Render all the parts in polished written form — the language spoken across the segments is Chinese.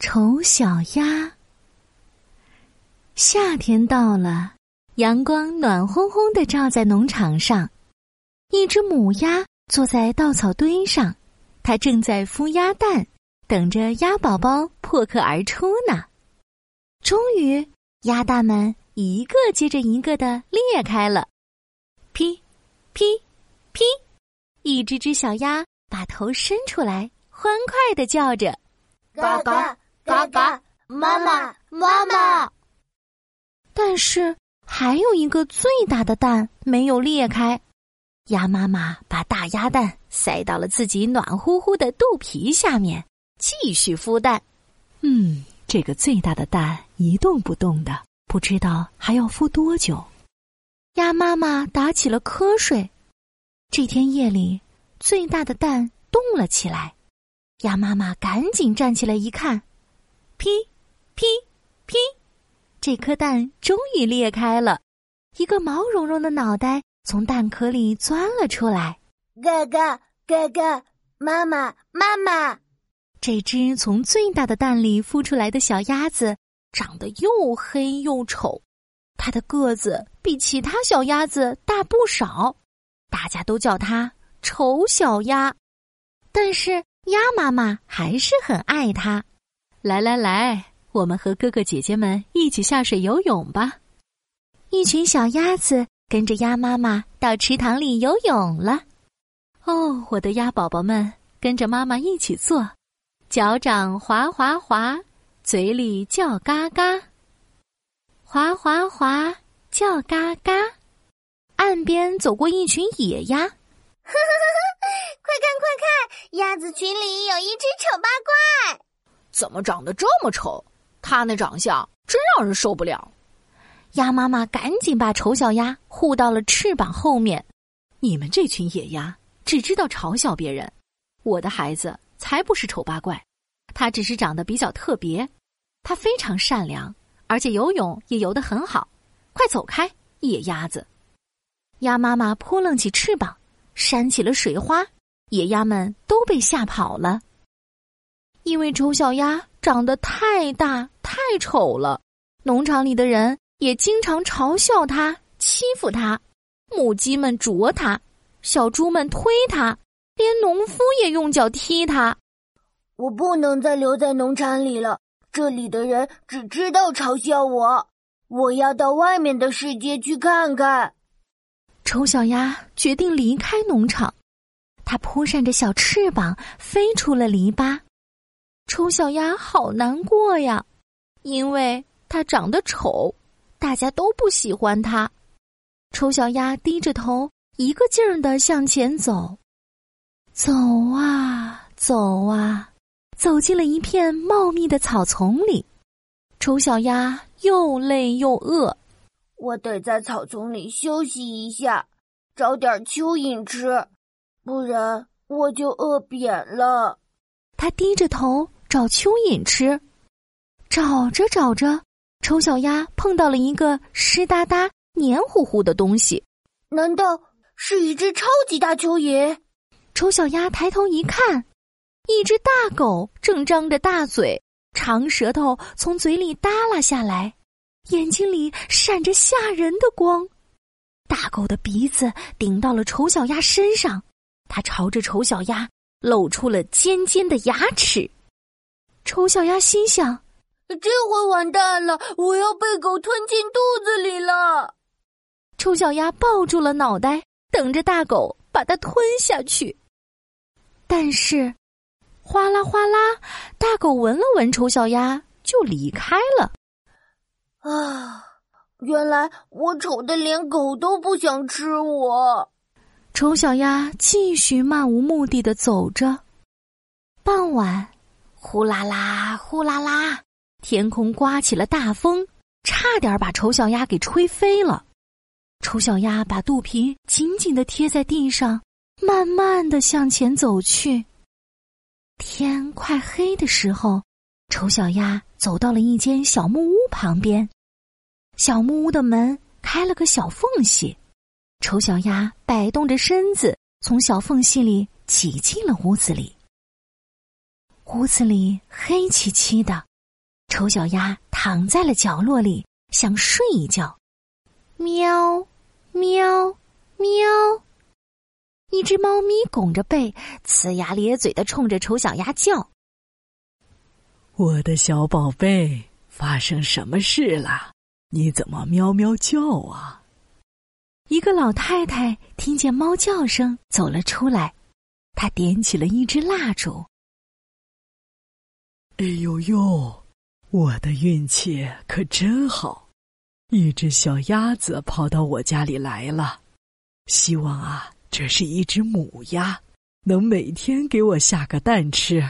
丑小鸭。夏天到了，阳光暖烘烘地照在农场上。一只母鸭坐在稻草堆上，它正在孵鸭蛋，等着鸭宝宝破壳而出呢。终于，鸭蛋们一个接着一个地裂开了。噼噼噼，一只只小鸭把头伸出来，欢快地叫着： 嘎嘎嘎嘎，妈妈妈妈！ 但是还有一个最大的蛋没有裂开，鸭妈妈把大鸭蛋塞到了自己暖乎乎的肚皮下面，继续孵蛋。这个最大的蛋一动不动的，不知道还要孵多久。鸭妈妈打起了瞌睡。这天夜里，最大的蛋动了起来。鸭妈妈赶紧站起来一看，噼噼噼，这颗蛋终于裂开了，一个毛茸茸的脑袋从蛋壳里钻了出来。 嘎嘎嘎嘎，妈妈妈妈！ 这只从最大的蛋里孵出来的小鸭子长得又黑又丑，它的个子比其他小鸭子大不少，大家都叫它丑小鸭。但是鸭妈妈还是很爱它。来，我们和哥哥姐姐们一起下水游泳吧。一群小鸭子跟着鸭妈妈到池塘里游泳了。我的鸭宝宝们跟着妈妈一起做，脚掌滑滑滑，嘴里叫嘎嘎，滑滑滑，叫嘎嘎。岸边走过一群野鸭， 快看，鸭子群里有一只丑八怪！ 怎么长得这么丑？他那长相真让人受不了。 鸭妈妈赶紧把丑小鸭护到了翅膀后面。你们这群野鸭只知道嘲笑别人，我的孩子才不是丑八怪，他只是长得比较特别。他非常善良，而且游泳也游得很好。快走开，野鸭子！鸭妈妈扑棱起翅膀，扇起了水花，野鸭们都被吓跑了。因为丑小鸭长得太大太丑了，农场里的人也经常嘲笑它，欺负它。母鸡们啄它，小猪们推它，连农夫也用脚踢它。 我不能再留在农场里了，这里的人只知道嘲笑我，我要到外面的世界去看看。 丑小鸭决定离开农场，它扑扇着小翅膀飞出了篱笆。丑小鸭好难过呀，因为它长得丑，大家都不喜欢它。丑小鸭低着头，一个劲儿地向前走。走啊走啊，走进了一片茂密的草丛里。丑小鸭又累又饿， 我得在草丛里休息一下，找点蚯蚓吃，不然我就饿扁了。 他低着头找蚯蚓吃，找着找着，丑小鸭碰到了一个湿哒哒、黏糊糊的东西。 难道是一只超级大蚯蚓？ 丑小鸭抬头一看，一只大狗正张着大嘴，长舌头从嘴里耷拉下来，眼睛里闪着吓人的光。大狗的鼻子顶到了丑小鸭身上，它朝着丑小鸭露出了尖尖的牙齿。丑小鸭心想， 这回完蛋了，我要被狗吞进肚子里了。 丑小鸭抱住了脑袋，等着大狗把它吞下去。但是哗啦哗啦，大狗闻了闻丑小鸭就离开了。 原来我丑得连狗都不想吃我。 丑小鸭继续漫无目的地走着。傍晚，呼啦啦呼啦啦，天空刮起了大风，差点把丑小鸭给吹飞了。丑小鸭把肚皮紧紧地贴在地上，慢慢地向前走去。天快黑的时候，丑小鸭走到了一间小木屋旁边。小木屋的门开了个小缝隙，丑小鸭摆动着身子，从小缝隙里挤进了屋子里。屋子里黑漆漆的， 丑小鸭躺在了角落里，想睡一觉。喵喵喵，一只猫咪拱着背，呲牙咧嘴地冲着丑小鸭叫： 我的小宝贝，发生什么事了？你怎么喵喵叫啊？ 一个老太太听见猫叫声走了出来，她点起了一支蜡烛。 哎呦呦，我的运气可真好，一只小鸭子跑到我家里来了，希望啊，这是一只母鸭，能每天给我下个蛋吃。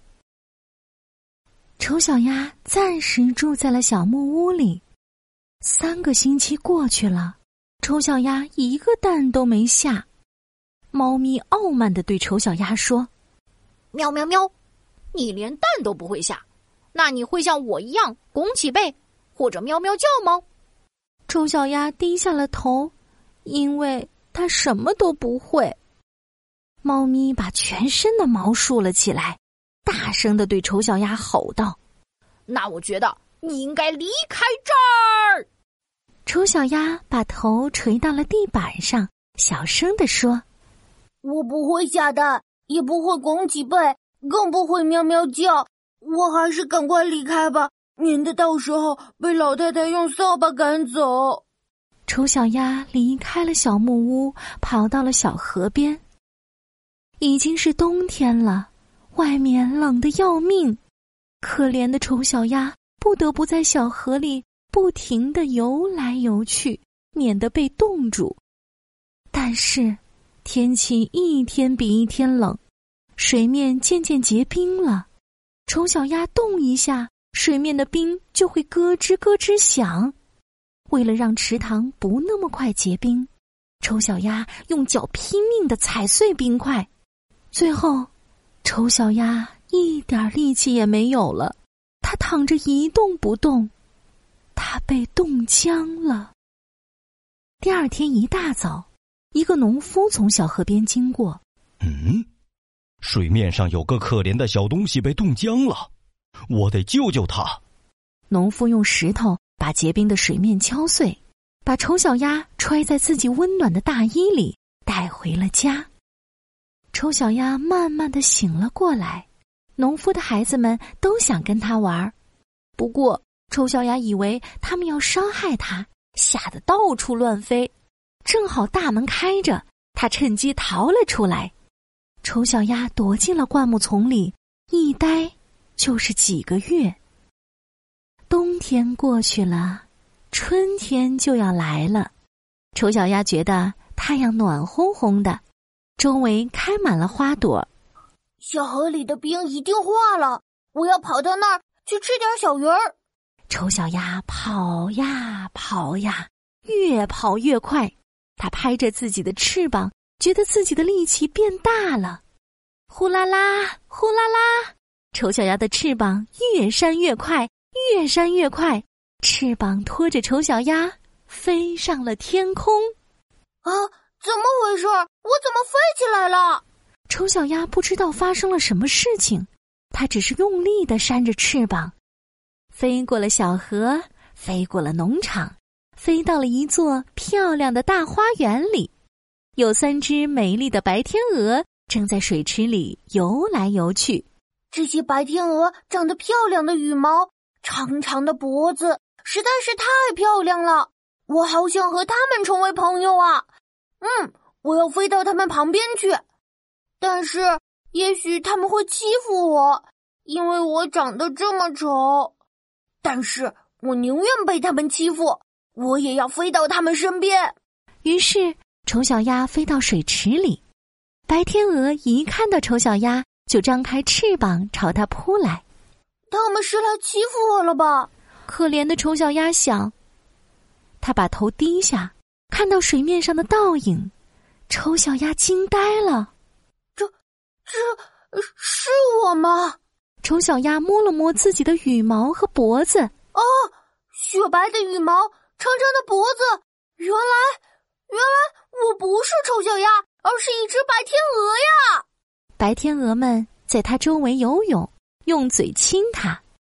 丑小鸭暂时住在了小木屋里。3个星期过去了，丑小鸭一个蛋都没下。猫咪傲慢地对丑小鸭说： 喵喵喵，你连蛋都不会下，那你会像我一样拱起背或者喵喵叫吗？ 丑小鸭低下了头，因为它什么都不会。猫咪把全身的毛竖了起来，大声地对丑小鸭吼道： 那我觉得你应该离开这儿。 丑小鸭把头垂到了地板上，小声地说： 我不会下蛋，也不会拱起背，更不会喵喵叫，我还是赶快离开吧，免得到时候被老太太用扫把赶走。 丑小鸭离开了小木屋，跑到了小河边。已经是冬天了，外面冷得要命，可怜的丑小鸭不得不在小河里不停地游来游去，免得被冻住。但是天气一天比一天冷，水面渐渐结冰了。丑小鸭动一下，水面的冰就会咯吱咯吱响。为了让池塘不那么快结冰，丑小鸭用脚拼命地踩碎冰块。最后，丑小鸭一点力气也没有了，它躺着一动不动，它被冻僵了。第二天一大早，一个农夫从小河边经过。 水面上有个可怜的小东西被冻僵了，我得救救它。 农夫用石头把结冰的水面敲碎，把丑小鸭揣在自己温暖的大衣里，带回了家。丑小鸭慢慢地醒了过来，农夫的孩子们都想跟他玩，不过丑小鸭以为他们要伤害它，吓得到处乱飞。正好大门开着，它趁机逃了出来。丑小鸭躲进了灌木丛里，一待就是几个月。冬天过去了，春天就要来了。丑小鸭觉得太阳暖烘烘的，周围开满了花朵。 小河里的冰一定化了，我要跑到那儿去吃点小鱼儿。 丑小鸭跑呀跑呀，越跑越快。它拍着自己的翅膀，觉得自己的力气变大了。呼啦啦，呼啦啦，丑小鸭的翅膀越扇越快，越扇越快，翅膀拖着丑小鸭飞上了天空。 啊，怎么回事？我怎么飞起来了？ 丑小鸭不知道发生了什么事情，它只是用力地扇着翅膀，飞过了小河，飞过了农场，飞到了一座漂亮的大花园里。有3只美丽的白天鹅正在水池里游来游去。 这些白天鹅长得漂亮的羽毛，长长的脖子，实在是太漂亮了，我好想和它们成为朋友啊。我要飞到它们旁边去，但是也许他们会欺负我，因为我长得这么丑。但是我宁愿被他们欺负，我也要飞到他们身边。 于是丑小鸭飞到水池里，白天鹅一看到丑小鸭，就张开翅膀朝它扑来。 他们是来欺负我了吧？ 可怜的丑小鸭想。它把头低下，看到水面上的倒影，丑小鸭惊呆了。 这是我吗？ 丑小鸭摸了摸自己的羽毛和脖子。 哦，雪白的羽毛，长长的脖子，原来我不是丑小鸭，而是一只白天鹅呀！ 白天鹅们在它周围游泳，用嘴亲它。这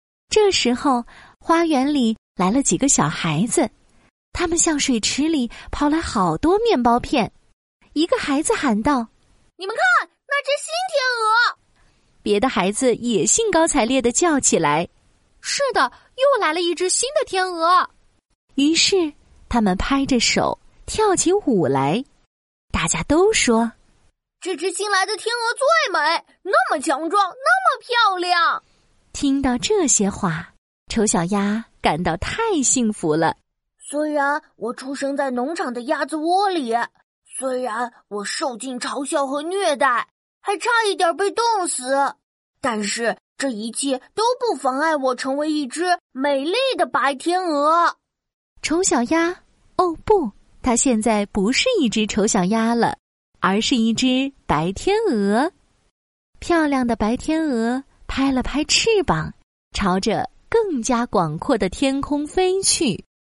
这时候，花园里来了几个小孩子，他们向水池里抛来好多面包片。一个孩子喊道：“ 你们看，那只新天鹅！” 别的孩子也兴高采烈地叫起来：“ 是的，又来了一只新的天鹅！” 于是他们拍着手跳起舞来。大家都说：“ 这只新来的天鹅最美，那么强壮，那么漂亮。” 听到这些话，丑小鸭感到太幸福了。 虽然我出生在农场的鸭子窝里，虽然我受尽嘲笑和虐待，还差一点被冻死，但是这一切都不妨碍我成为一只美丽的白天鹅。 丑小鸭，哦不，它现在不是一只丑小鸭了，而是一只白天鹅。漂亮的白天鹅拍了拍翅膀，朝着更加广阔的天空飞去。